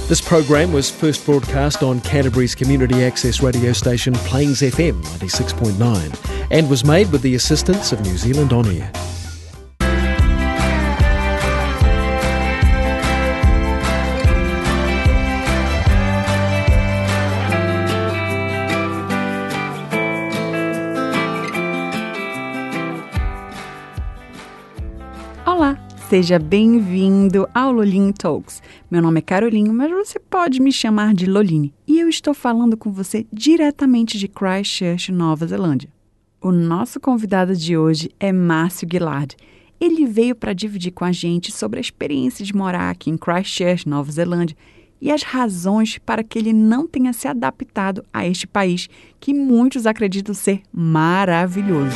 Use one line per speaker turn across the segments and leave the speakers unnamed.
This program was first broadcast on Canterbury's community access radio station Plains FM 96.9 and was made with the assistance of New Zealand On Air.
Olá, seja bem-vindo ao Loline Talks. Meu nome é Caroline, mas você pode me chamar de Loline. E eu estou falando com você diretamente de Christchurch, Nova Zelândia. O nosso convidado de hoje é Márcio Guilard. Ele veio para dividir com a gente sobre a experiência de morar aqui em Christchurch, Nova Zelândia, e as razões para que ele não tenha se adaptado a este país que muitos acreditam ser maravilhoso.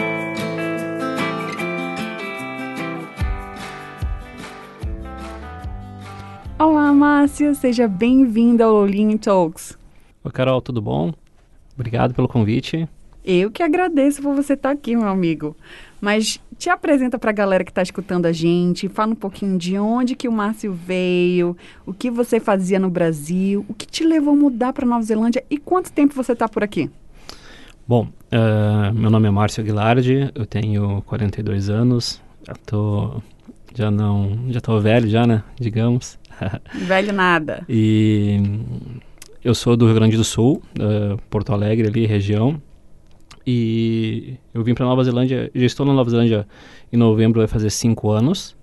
Olá, Márcio, seja bem-vindo ao Loline Talks.
Oi, Carol, tudo bom? Obrigado pelo convite.
Eu que agradeço por você estar aqui, meu amigo. Mas te apresenta para a galera que está escutando a gente, fala um pouquinho de onde que o Márcio veio, o que você fazia no Brasil, o que te levou a mudar para Nova Zelândia e quanto tempo você está por aqui?
Bom, meu nome é Márcio Guilard, eu tenho 42 anos, já tô velho já, né, digamos.
Velho nada.
E eu sou do Rio Grande do Sul, Porto Alegre ali, região. E eu vim para Nova Zelândia, já estou na Nova Zelândia em novembro, vai fazer 5 anos.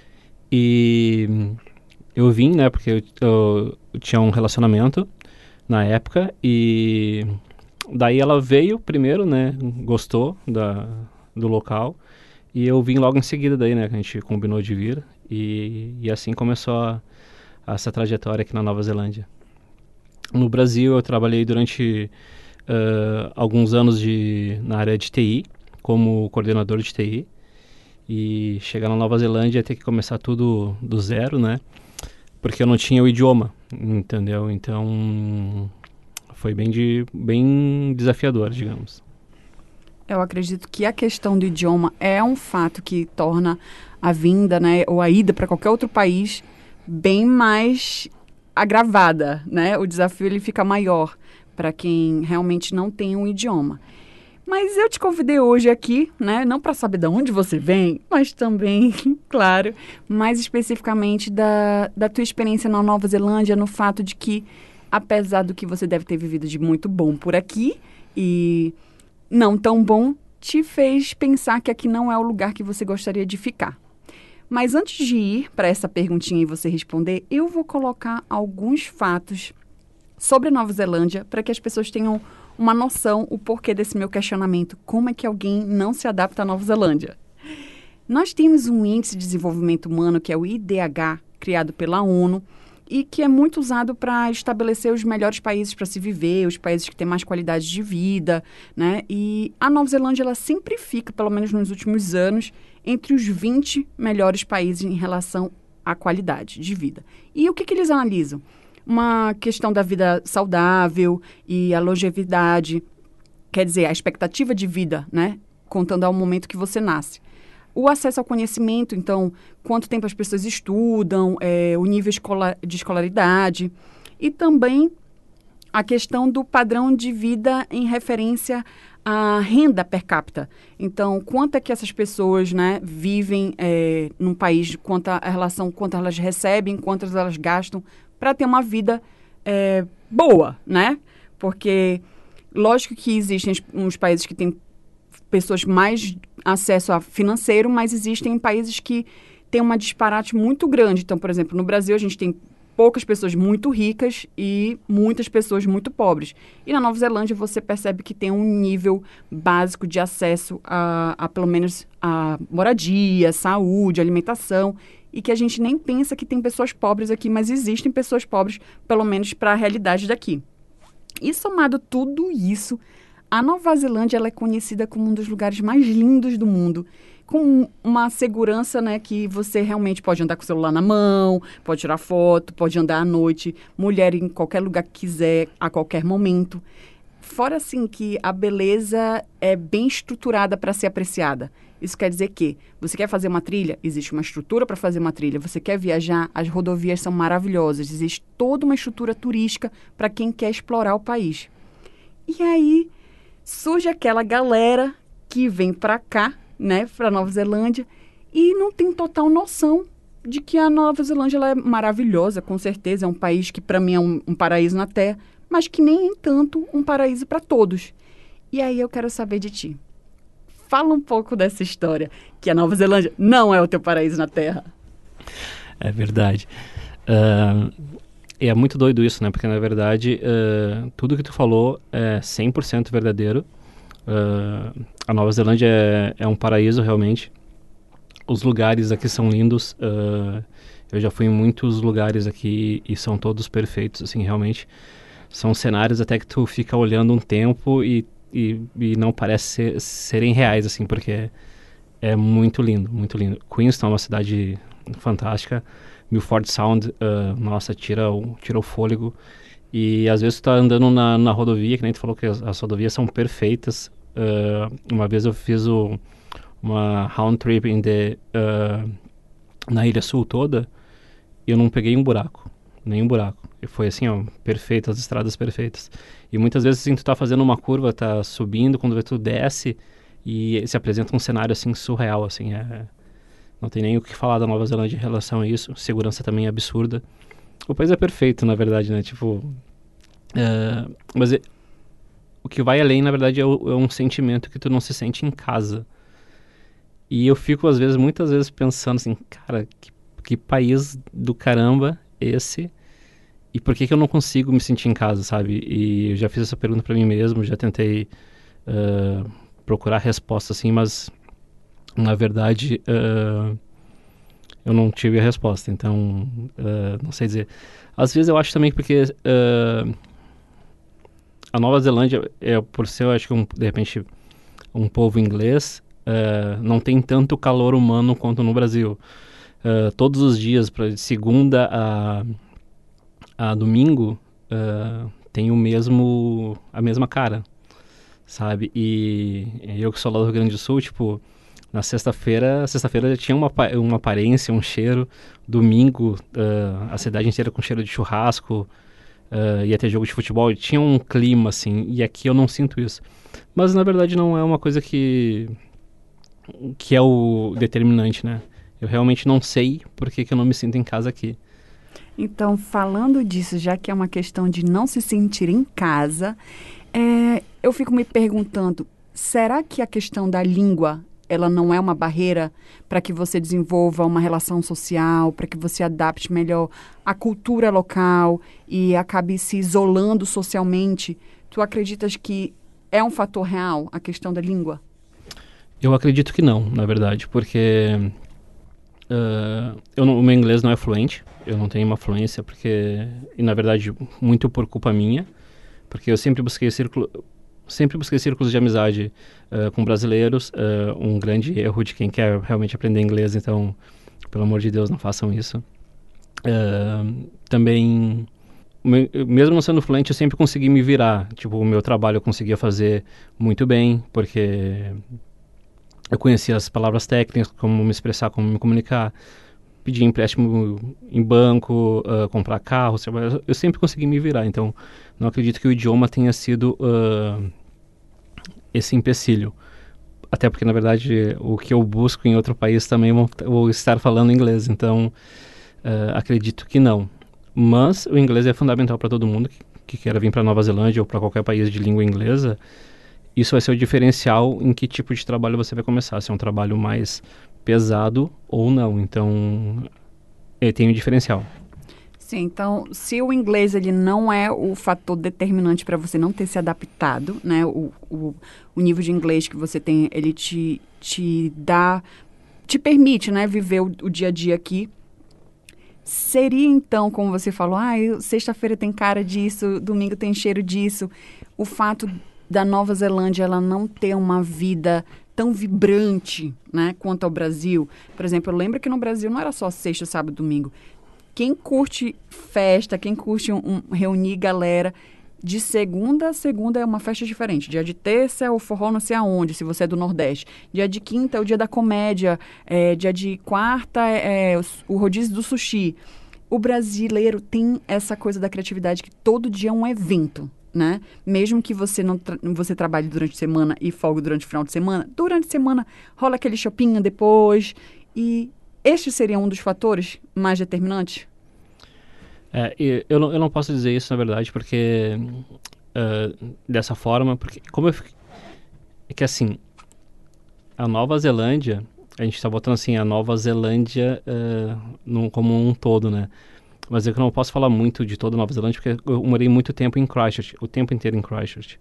E eu vim, né, porque eu tinha um relacionamento na época. E daí ela veio primeiro, né, gostou do local. E eu vim logo em seguida daí, né, que a gente combinou de vir. E assim começou essa trajetória aqui na Nova Zelândia. No Brasil eu trabalhei durante alguns anos na área de TI, como coordenador de TI. E chegar na Nova Zelândia ia ter que começar tudo do zero, né? Porque eu não tinha o idioma, entendeu? Então foi bem desafiador, digamos.
Eu acredito que a questão do idioma é um fato que torna a vinda, né, ou a ida para qualquer outro país bem mais agravada, né? O desafio ele fica maior para quem realmente não tem um idioma. Mas eu te convidei hoje aqui, né, não para saber de onde você vem, mas também, claro, mais especificamente da tua experiência na Nova Zelândia, no fato de que, apesar do que você deve ter vivido de muito bom por aqui e não tão bom, te fez pensar que aqui não é o lugar que você gostaria de ficar. Mas antes de ir para essa perguntinha e você responder, eu vou colocar alguns fatos sobre a Nova Zelândia para que as pessoas tenham uma noção, o porquê desse meu questionamento. Como é que alguém não se adapta à Nova Zelândia? Nós temos um índice de desenvolvimento humano, que é o IDH, criado pela ONU, e que é muito usado para estabelecer os melhores países para se viver, os países que têm mais qualidade de vida, né? E a Nova Zelândia, ela sempre fica, pelo menos nos últimos anos, entre os 20 melhores países em relação à qualidade de vida. E o que eles analisam? Uma questão da vida saudável e a longevidade, quer dizer, a expectativa de vida, né? Contando ao momento que você nasce. O acesso ao conhecimento, então, quanto tempo as pessoas estudam, o nível de escolaridade e também a questão do padrão de vida em referência à renda per capita. Então, quanto é que essas pessoas, né, vivem num país, quanto elas recebem, quanto elas gastam para ter uma vida boa, né? Porque, lógico que existem uns países que têm pessoas mais acesso a financeiro, mas existem países que têm uma disparate muito grande. Então, por exemplo, no Brasil a gente tem poucas pessoas muito ricas e muitas pessoas muito pobres. E na Nova Zelândia você percebe que tem um nível básico de acesso a pelo menos a moradia, saúde, alimentação, e que a gente nem pensa que tem pessoas pobres aqui, mas existem pessoas pobres, pelo menos para a realidade daqui. E somado tudo isso, a Nova Zelândia ela é conhecida como um dos lugares mais lindos do mundo, com uma segurança, né, que você realmente pode andar com o celular na mão, pode tirar foto, pode andar à noite, mulher em qualquer lugar que quiser, a qualquer momento. Fora assim que a beleza é bem estruturada para ser apreciada. Isso quer dizer que você quer fazer uma trilha, existe uma estrutura para fazer uma trilha. Você quer viajar, as rodovias são maravilhosas. Existe toda uma estrutura turística para quem quer explorar o país. E aí surge aquela galera que vem para cá, né, para Nova Zelândia, e não tem total noção de que a Nova Zelândia ela é maravilhosa, com certeza. É um país que para mim é um paraíso na Terra, mas que nem tanto um paraíso para todos. E aí eu quero saber de ti. Fala um pouco dessa história, que a Nova Zelândia não é o teu paraíso na Terra.
É verdade. É muito doido isso, né? Porque, na verdade, tudo que tu falou é 100% verdadeiro. A Nova Zelândia é um paraíso, realmente. Os lugares aqui são lindos. Eu já fui em muitos lugares aqui e são todos perfeitos, assim, realmente. São cenários até que tu fica olhando um tempo e não parece serem reais, assim, porque é muito lindo, muito lindo. Queenstown é uma cidade fantástica. Milford Sound, nossa, tira o fôlego. E às vezes tu tá andando na rodovia, que nem tu falou que as rodovias são perfeitas. Uma vez eu fiz uma round trip na Ilha Sul toda e eu não peguei um buraco, nenhum buraco. E foi assim, ó, perfeito, as estradas perfeitas. E muitas vezes assim, tu tá fazendo uma curva, tá subindo, quando tu desce e se apresenta um cenário assim surreal, assim, não tem nem o que falar da Nova Zelândia em relação a isso. Segurança também é absurda. O país é perfeito, na verdade, né? Tipo, mas o que vai além, na verdade, é um sentimento que tu não se sente em casa. E eu fico, muitas vezes pensando assim, cara, que país do caramba esse? E por que eu não consigo me sentir em casa, sabe? E eu já fiz essa pergunta pra mim mesmo, já tentei procurar resposta, assim, mas na verdade eu não tive a resposta. Então, não sei dizer. Às vezes eu acho também que porque a Nova Zelândia, por ser, eu acho que de repente, um povo inglês, não tem tanto calor humano quanto no Brasil. Todos os dias, de segunda a domingo, tem a mesma cara, sabe? E eu que sou lá do Rio Grande do Sul, tipo, na sexta-feira já tinha uma aparência, um cheiro. Domingo, a cidade inteira com cheiro de churrasco, ia ter jogo de futebol, tinha um clima, assim, e aqui eu não sinto isso. Mas, na verdade, não é uma coisa que é o determinante, né? Eu realmente não sei por que eu não me sinto em casa aqui.
Então, falando disso, já que é uma questão de não se sentir em casa, eu fico me perguntando, será que a questão da língua, ela não é uma barreira para que você desenvolva uma relação social, para que você adapte melhor a cultura local e acabe se isolando socialmente? Tu acreditas que é um fator real a questão da língua?
Eu acredito que não, na verdade, porque o meu inglês não é fluente, eu não tenho uma fluência, e na verdade muito por culpa minha, porque eu sempre busquei círculos de amizade com brasileiros, um grande erro de quem quer realmente aprender inglês, então, pelo amor de Deus, não façam isso. Também, mesmo não sendo fluente, eu sempre consegui me virar, tipo, o meu trabalho eu conseguia fazer muito bem, porque eu conhecia as palavras técnicas, como me expressar, como me comunicar, pedir empréstimo em banco, comprar carro, eu sempre consegui me virar. Então, não acredito que o idioma tenha sido esse empecilho. Até porque, na verdade, o que eu busco em outro país também vou estar falando inglês. Então, acredito que não. Mas o inglês é fundamental para todo mundo que queira vir para Nova Zelândia ou para qualquer país de língua inglesa. Isso vai ser o diferencial em que tipo de trabalho você vai começar, se é um trabalho mais pesado ou não. Então, tem um diferencial.
Sim, então, se o inglês ele não é o fator determinante para você não ter se adaptado, né? O nível de inglês que você tem, ele te permite, né, viver o dia a dia aqui. Seria, então, como você falou, sexta-feira tem cara disso, domingo tem cheiro disso, o fato da Nova Zelândia ela não ter uma vida tão vibrante, né, quanto ao Brasil. Por exemplo, eu lembro que no Brasil não era só sexta, sábado, domingo. Quem curte festa, quem curte reunir galera, De segunda a segunda é uma festa diferente. Dia de terça é o forró não sei aonde, se você é do Nordeste. Dia de quinta é o dia da comédia. Dia de quarta é o rodízio do sushi. O brasileiro tem essa coisa da criatividade que todo dia é um evento, né? Mesmo que você não você trabalhe durante a semana e folgue durante o final de semana, durante a semana rola aquele shopping depois. E este seria um dos fatores mais determinantes?
Eu não posso dizer isso, na verdade, porque dessa forma, porque é que assim, a Nova Zelândia, a gente está botando assim, a Nova Zelândia como um todo, né? Mas eu não posso falar muito de toda a Nova Zelândia, porque eu morei muito tempo em Christchurch, o tempo inteiro em Christchurch.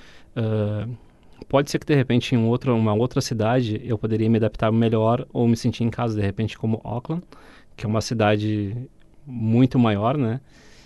Pode ser que, de repente, em uma outra cidade, eu poderia me adaptar melhor ou me sentir em casa, de repente, como Auckland, que é uma cidade muito maior, né?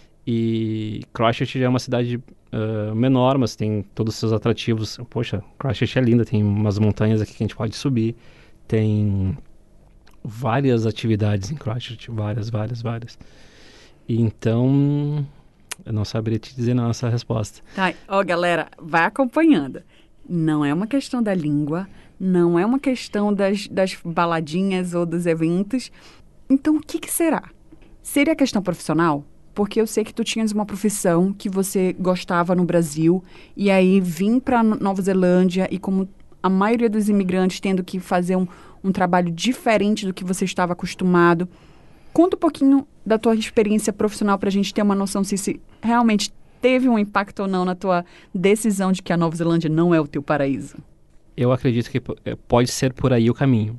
E Christchurch já é uma cidade menor, mas tem todos os seus atrativos. Poxa, Christchurch é linda, tem umas montanhas aqui que a gente pode subir, tem várias atividades em Christchurch, várias. E então, eu não saberia te dizer não essa resposta.
Tá, galera, vai acompanhando. Não é uma questão da língua, não é uma questão das baladinhas ou dos eventos. Então, o que será? Seria questão profissional? Porque eu sei que tu tinhas uma profissão que você gostava no Brasil e aí vim para Nova Zelândia e como a maioria dos imigrantes tendo que fazer um trabalho diferente do que você estava acostumado. Conta um pouquinho da tua experiência profissional para a gente ter uma noção se realmente teve um impacto ou não na tua decisão de que a Nova Zelândia não é o teu paraíso.
Eu acredito que pode ser por aí o caminho.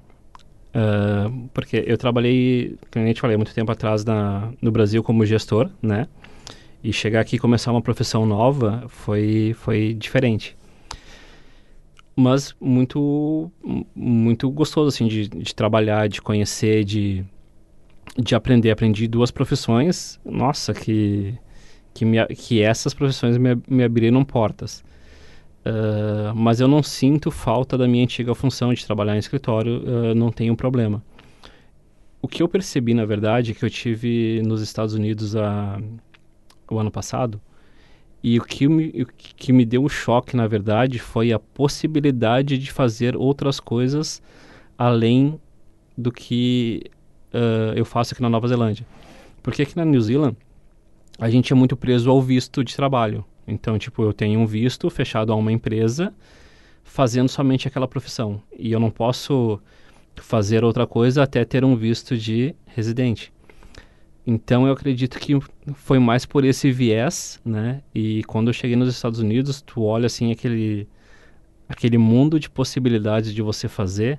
Porque eu trabalhei, como a gente falei, muito tempo atrás no Brasil como gestor, né? E chegar aqui e começar uma profissão nova foi diferente. Mas muito, muito gostoso, assim, de trabalhar, de conhecer, de aprender. Aprendi 2 profissões, nossa, que essas profissões me abriram portas. Mas eu não sinto falta da minha antiga função de trabalhar em escritório, não tenho problema. O que eu percebi, na verdade, é que eu tive nos Estados Unidos o ano passado, e o que me deu um choque, na verdade, foi a possibilidade de fazer outras coisas além do que eu faço aqui na Nova Zelândia. Porque aqui na New Zealand, a gente é muito preso ao visto de trabalho. Então, tipo, eu tenho um visto fechado a uma empresa fazendo somente aquela profissão. E eu não posso fazer outra coisa até ter um visto de residente. Então, eu acredito que foi mais por esse viés, né? E quando eu cheguei nos Estados Unidos, tu olha, assim, aquele mundo de possibilidades de você fazer,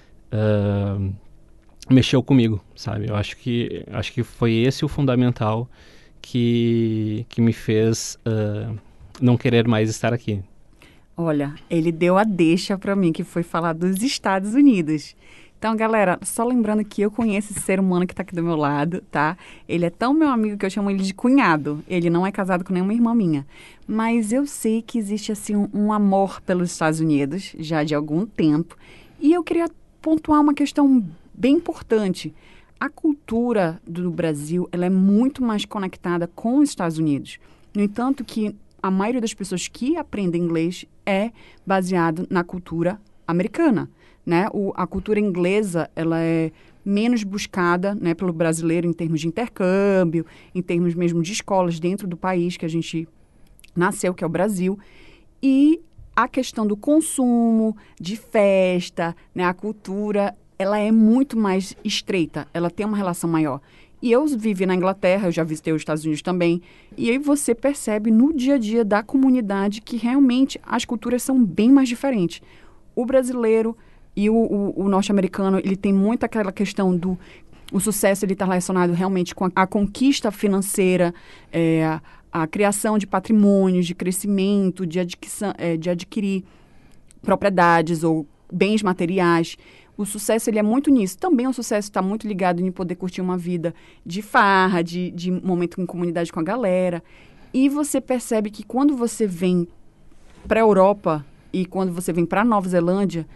mexeu comigo, sabe? Eu acho que foi esse o fundamental que me fez não querer mais estar aqui.
Olha, ele deu a deixa para mim, que foi falar dos Estados Unidos. Então, galera, só lembrando que eu conheço esse ser humano que está aqui do meu lado, tá? Ele é tão meu amigo que eu chamo ele de cunhado. Ele não é casado com nenhuma irmã minha. Mas eu sei que existe, assim, um amor pelos Estados Unidos, já de algum tempo. E eu queria pontuar uma questão bem importante. A cultura do Brasil, ela é muito mais conectada com os Estados Unidos. No entanto, que a maioria das pessoas que aprendem inglês é baseado na cultura americana, né? A cultura inglesa, ela é menos buscada, né, pelo brasileiro em termos de intercâmbio, em termos mesmo de escolas dentro do país que a gente nasceu, que é o Brasil. E a questão do consumo, de festa, né, a cultura, ela é muito mais estreita, ela tem uma relação maior. E eu vivi na Inglaterra, eu já visitei os Estados Unidos também, e aí você percebe no dia a dia da comunidade que realmente as culturas são bem mais diferentes. O brasileiro e o norte-americano, ele tem muito aquela questão o sucesso, ele está relacionado realmente com a conquista financeira, a criação de patrimônios, de crescimento, de adquirir propriedades ou bens materiais. O sucesso, ele é muito nisso. Também o sucesso está muito ligado em poder curtir uma vida de farra, de momento em comunidade com a galera. E você percebe que quando você vem para a Europa e quando você vem para a Nova Zelândia,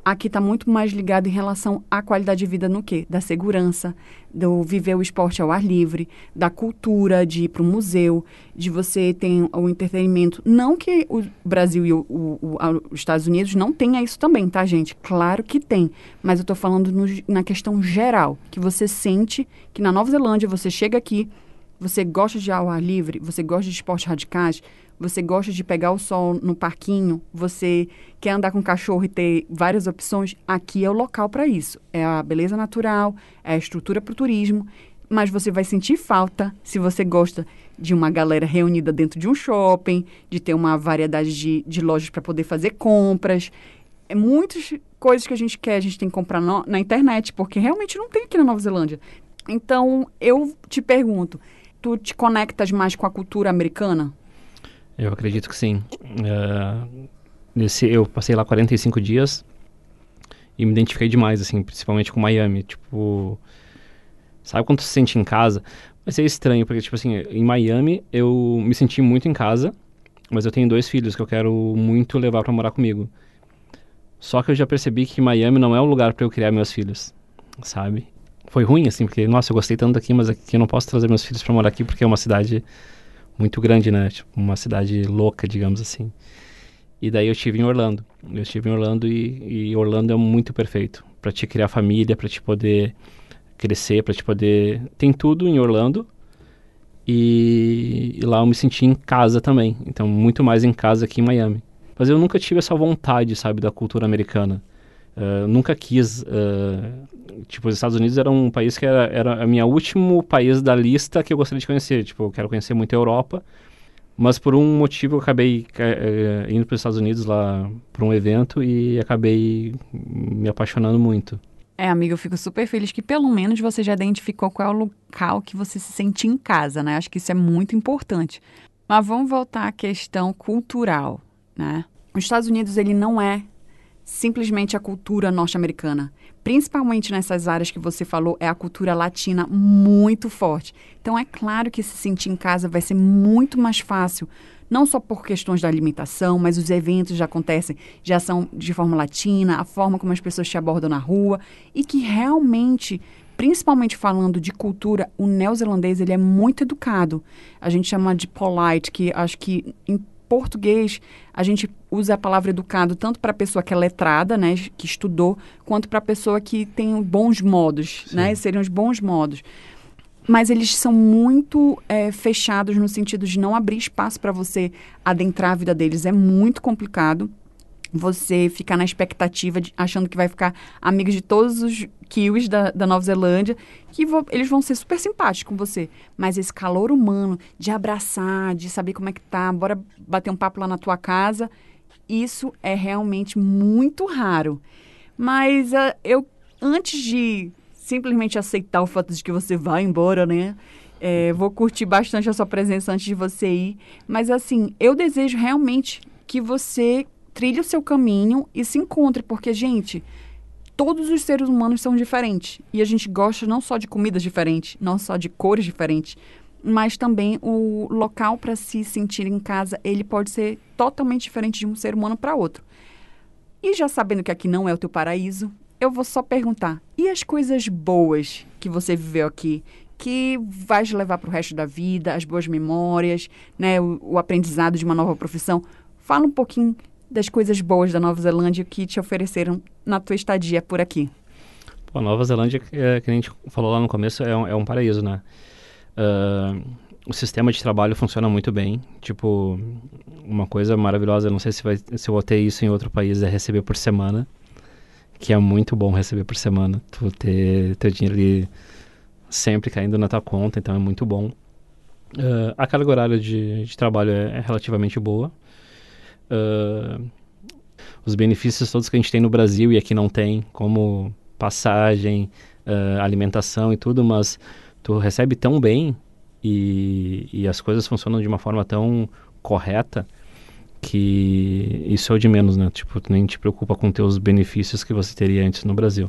aqui está muito mais ligado em relação à qualidade de vida no quê? Da segurança, do viver o esporte ao ar livre, da cultura, de ir para o museu, de você ter o entretenimento. Não que o Brasil e os Estados Unidos não tenha isso também, tá, gente? Claro que tem, mas eu estou falando na questão geral, que você sente que na Nova Zelândia você chega aqui, você gosta de ao ar livre, você gosta de esportes radicais, você gosta de pegar o sol no parquinho, você quer andar com cachorro e ter várias opções, aqui é o local para isso. É a beleza natural, é a estrutura para o turismo, mas você vai sentir falta se você gosta de uma galera reunida dentro de um shopping, de ter uma variedade de lojas para poder fazer compras. É muitas coisas que a gente quer, a gente tem que comprar na internet, porque realmente não tem aqui na Nova Zelândia. Então, eu te pergunto, tu te conectas mais com a cultura americana?
Eu acredito que sim. Eu passei lá 45 dias e me identifiquei demais, assim, principalmente com Miami. Tipo, sabe quando tu se sente em casa? Vai ser estranho, porque, tipo assim, em Miami eu me senti muito em casa, mas eu tenho 2 filhos que eu quero muito levar pra morar comigo. Só que eu já percebi que Miami não é o lugar pra eu criar meus filhos, sabe? Foi ruim, assim, porque, nossa, eu gostei tanto daqui, mas aqui eu não posso trazer meus filhos pra morar aqui porque é uma cidade muito grande, né? Tipo, uma cidade louca, digamos assim. E daí eu estive em Orlando. E Orlando é muito perfeito para te criar família, para te poder crescer, para te poder... Tem tudo em Orlando. E lá eu me senti em casa também. Então, muito mais em casa que em Miami. Mas eu nunca tive essa vontade, sabe, da cultura americana. Nunca quis... Tipo, os Estados Unidos era um país que era o meu último país da lista que eu gostaria de conhecer. Tipo, eu quero conhecer muito a Europa, mas por um motivo eu acabei indo para os Estados Unidos lá para um evento e acabei me apaixonando muito.
Amigo, eu fico super feliz que pelo menos você já identificou qual é o local que você se sente em casa, né? Acho que isso é muito importante. Mas vamos voltar à questão cultural, né? Os Estados Unidos, ele não é simplesmente a cultura norte-americana. Principalmente nessas áreas que você falou, é a cultura latina muito forte. Então, é claro que se sentir em casa vai ser muito mais fácil, não só por questões da alimentação, mas os eventos já são de forma latina, a forma como as pessoas te abordam na rua, e que realmente, principalmente falando de cultura, o neozelandês ele é muito educado. A gente chama de polite, que acho que em português, a gente usa a palavra educado tanto para a pessoa que é letrada, né, que estudou, quanto para a pessoa que tem bons modos, né, seriam os bons modos. Mas eles são muito fechados no sentido de não abrir espaço para você adentrar a vida deles. É muito complicado você ficar na expectativa, achando que vai ficar amigo de todos os kiwis da Nova Zelândia, que eles vão ser super simpáticos com você. Mas esse calor humano, de abraçar, de saber como é que tá, bora bater um papo lá na tua casa, isso é realmente muito raro. Mas antes de simplesmente aceitar o fato de que você vai embora, né? Vou curtir bastante a sua presença antes de você ir. Mas, assim, eu desejo realmente que você trilhe o seu caminho e se encontre. Porque, gente, todos os seres humanos são diferentes. E a gente gosta não só de comidas diferentes, não só de cores diferentes, mas também o local para se sentir em casa, ele pode ser totalmente diferente de um ser humano para outro. E já sabendo que aqui não é o teu paraíso, eu vou só perguntar, e as coisas boas que você viveu aqui, que vai te levar para o resto da vida, as boas memórias, né, o aprendizado de uma nova profissão? Fala um pouquinho das coisas boas da Nova Zelândia que te ofereceram na tua estadia por aqui.
Pô, a Nova Zelândia, que a gente falou lá no começo, é um paraíso, né? O sistema de trabalho funciona muito bem. Tipo, uma coisa maravilhosa, não sei se eu vou ter isso em outro país, é receber por semana. Que é muito bom receber por semana. Tu ter teu dinheiro ali sempre caindo na tua conta, então é muito bom. A carga horária de trabalho é relativamente boa. Os benefícios todos que a gente tem no Brasil e aqui não tem, como passagem, alimentação e tudo, mas tu recebe tão bem e as coisas funcionam de uma forma tão correta que isso é o de menos, né? Tipo, tu nem te preocupa com teus benefícios que você teria antes no Brasil.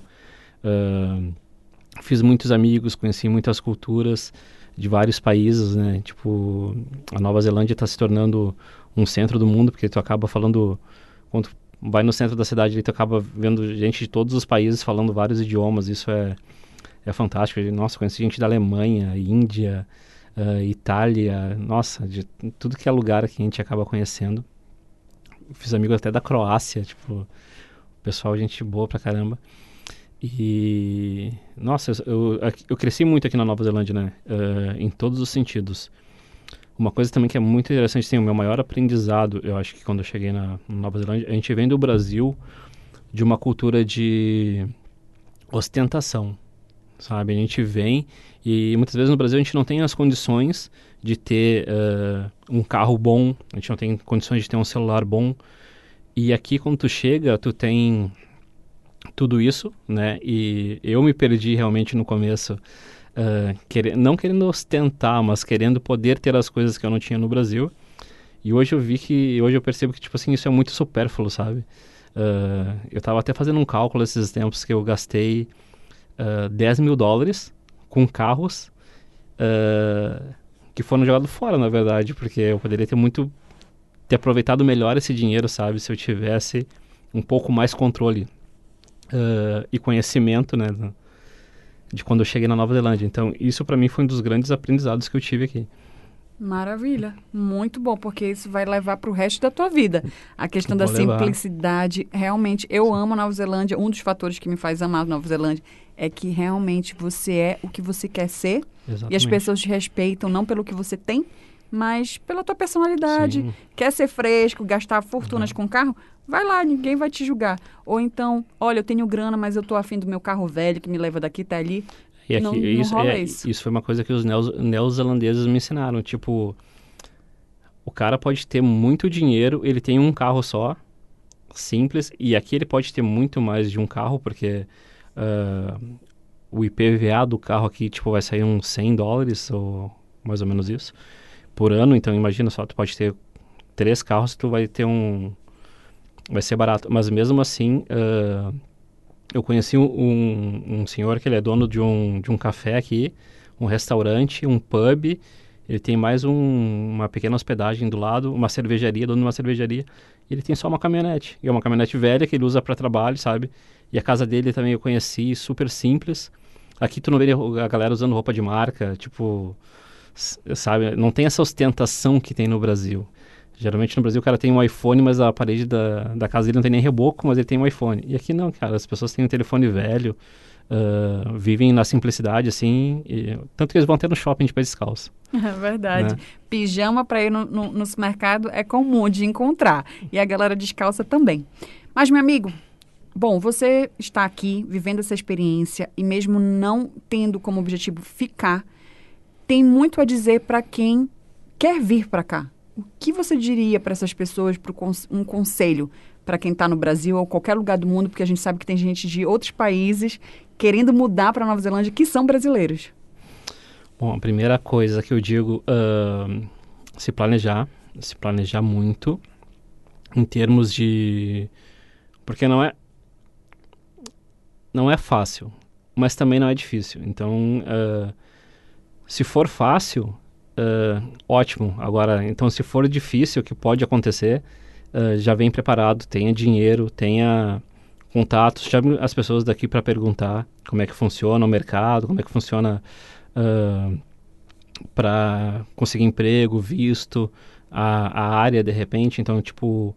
Fiz muitos amigos, conheci muitas culturas de vários países, né? Tipo, a Nova Zelândia está se tornando um centro do mundo, porque tu acaba falando, quando tu vai no centro da cidade e tu acaba vendo gente de todos os países falando vários idiomas. Isso é fantástico. Nossa, conheci gente da Alemanha, Índia, Itália, nossa, de tudo que é lugar que a gente acaba conhecendo. Fiz amigos até da Croácia, tipo, pessoal, gente boa pra caramba. E, nossa, eu cresci muito aqui na Nova Zelândia, né? Em todos os sentidos. Uma coisa também que é muito interessante, assim, o meu maior aprendizado, eu acho que quando eu cheguei na Nova Zelândia, a gente vem do Brasil de uma cultura de ostentação, sabe? A gente vem e muitas vezes no Brasil a gente não tem as condições de ter um carro bom, a gente não tem condições de ter um celular bom. E aqui quando tu chega, tu tem tudo isso, né? E eu me perdi realmente no começo, não querendo ostentar, mas querendo poder ter as coisas que eu não tinha no Brasil. E hoje eu percebo que, tipo assim, isso é muito supérfluo, sabe? Eu tava até fazendo um cálculo esses tempos que eu gastei $10 mil com carros que foram jogados fora, na verdade, porque eu poderia ter aproveitado melhor esse dinheiro, sabe? Se eu tivesse um pouco mais controle e conhecimento, né? De quando eu cheguei na Nova Zelândia. Então, isso para mim foi um dos grandes aprendizados que eu tive aqui.
Maravilha, muito bom, porque isso vai levar para o resto da tua vida. A questão da simplicidade, realmente, eu amo a Nova Zelândia. Um dos fatores que me faz amar a Nova Zelândia é que realmente você é o que você quer ser. Exatamente. E as pessoas te respeitam não pelo que você tem, mas pela tua personalidade. Sim. Quer ser fresco, gastar fortunas com carro? Vai lá, ninguém vai te julgar. Ou então, olha, eu tenho grana, mas eu tô afim do meu carro velho que me leva daqui até ali.
E aqui, não rola isso. Isso foi uma coisa que os neozelandeses me ensinaram. Tipo, o cara pode ter muito dinheiro, ele tem um carro só, simples, e aqui ele pode ter muito mais de um carro, porque o IPVA do carro aqui, tipo, vai sair uns $100, ou mais ou menos isso, por ano. Então, imagina só, tu pode ter 3 carros, tu vai ter vai ser barato. Mas mesmo assim, eu conheci um senhor que ele é dono de um café aqui, um restaurante, um pub. Ele tem mais uma pequena hospedagem do lado, uma cervejaria, dono de uma cervejaria. E ele tem só uma caminhonete. E é uma caminhonete velha que ele usa para trabalho, sabe? E a casa dele também eu conheci, super simples. Aqui tu não vê a galera usando roupa de marca, tipo, sabe? Não tem essa ostentação que tem no Brasil. Geralmente no Brasil o cara tem um iPhone, mas a parede da casa dele não tem nem reboco, mas ele tem um iPhone. E aqui não, cara, as pessoas têm um telefone velho, vivem na simplicidade, assim, tanto que eles vão até no shopping de pé descalço.
É verdade. Né? Pijama para ir no supermercado é comum de encontrar. E a galera descalça também. Mas, meu amigo, bom, você está aqui vivendo essa experiência e mesmo não tendo como objetivo ficar, tem muito a dizer para quem quer vir para cá. O que você diria para essas pessoas, um conselho para quem está no Brasil ou qualquer lugar do mundo, porque a gente sabe que tem gente de outros países querendo mudar para a Nova Zelândia que são brasileiros?
Bom, a primeira coisa que eu digo, se planejar muito em termos de... Porque não é fácil, mas também não é difícil. Então, se for fácil... ótimo. Agora, então, se for difícil, o que pode acontecer, já vem preparado, tenha dinheiro, tenha contatos, chame as pessoas daqui para perguntar como é que funciona o mercado, como é que funciona para conseguir emprego, visto, a área de repente. Então, tipo,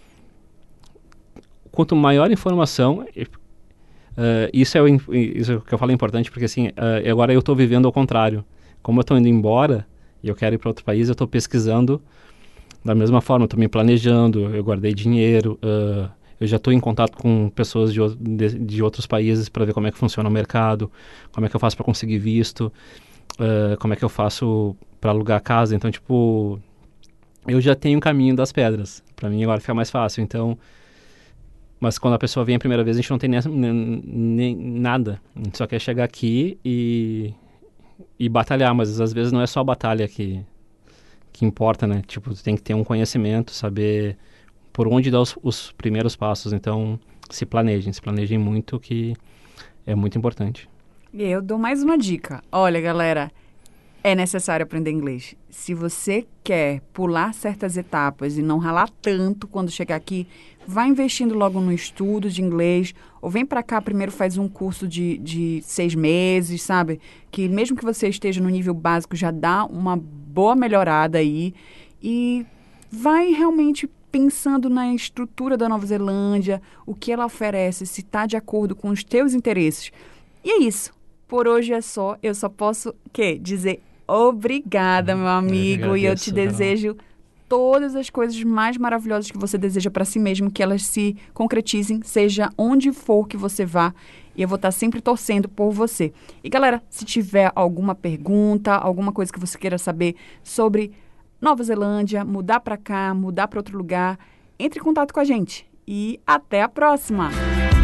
quanto maior informação, isso que eu falo é importante, porque assim, agora eu estou vivendo ao contrário. Como eu estou indo embora e eu quero ir para outro país, eu estou pesquisando da mesma forma, estou me planejando, eu guardei dinheiro, eu já estou em contato com pessoas de outros países para ver como é que funciona o mercado, como é que eu faço para conseguir visto, como é que eu faço para alugar casa. Então, tipo, eu já tenho o caminho das pedras. Para mim agora fica mais fácil. Então, mas quando a pessoa vem a primeira vez, a gente não tem nem nada. A gente só quer chegar aqui e batalhar, mas às vezes não é só a batalha que importa, né? Tipo, tu tem que ter um conhecimento, saber por onde dar os primeiros passos. Então, se planejem muito, que é muito importante.
E eu dou mais uma dica. Olha, galera, é necessário aprender inglês. Se você quer pular certas etapas e não ralar tanto quando chegar aqui, vai investindo logo no estudo de inglês, ou vem para cá primeiro, faz um curso de 6 meses, sabe? Que mesmo que você esteja no nível básico, já dá uma boa melhorada aí. E vai realmente pensando na estrutura da Nova Zelândia, o que ela oferece, se está de acordo com os teus interesses. E é isso. Por hoje é só. Eu só posso dizer obrigada, meu amigo. E eu te desejo todas as coisas mais maravilhosas que você deseja para si mesmo, que elas se concretizem, seja onde for que você vá. E eu vou estar sempre torcendo por você. E, galera, se tiver alguma pergunta, alguma coisa que você queira saber sobre Nova Zelândia, mudar para cá, mudar para outro lugar, entre em contato com a gente. E até a próxima!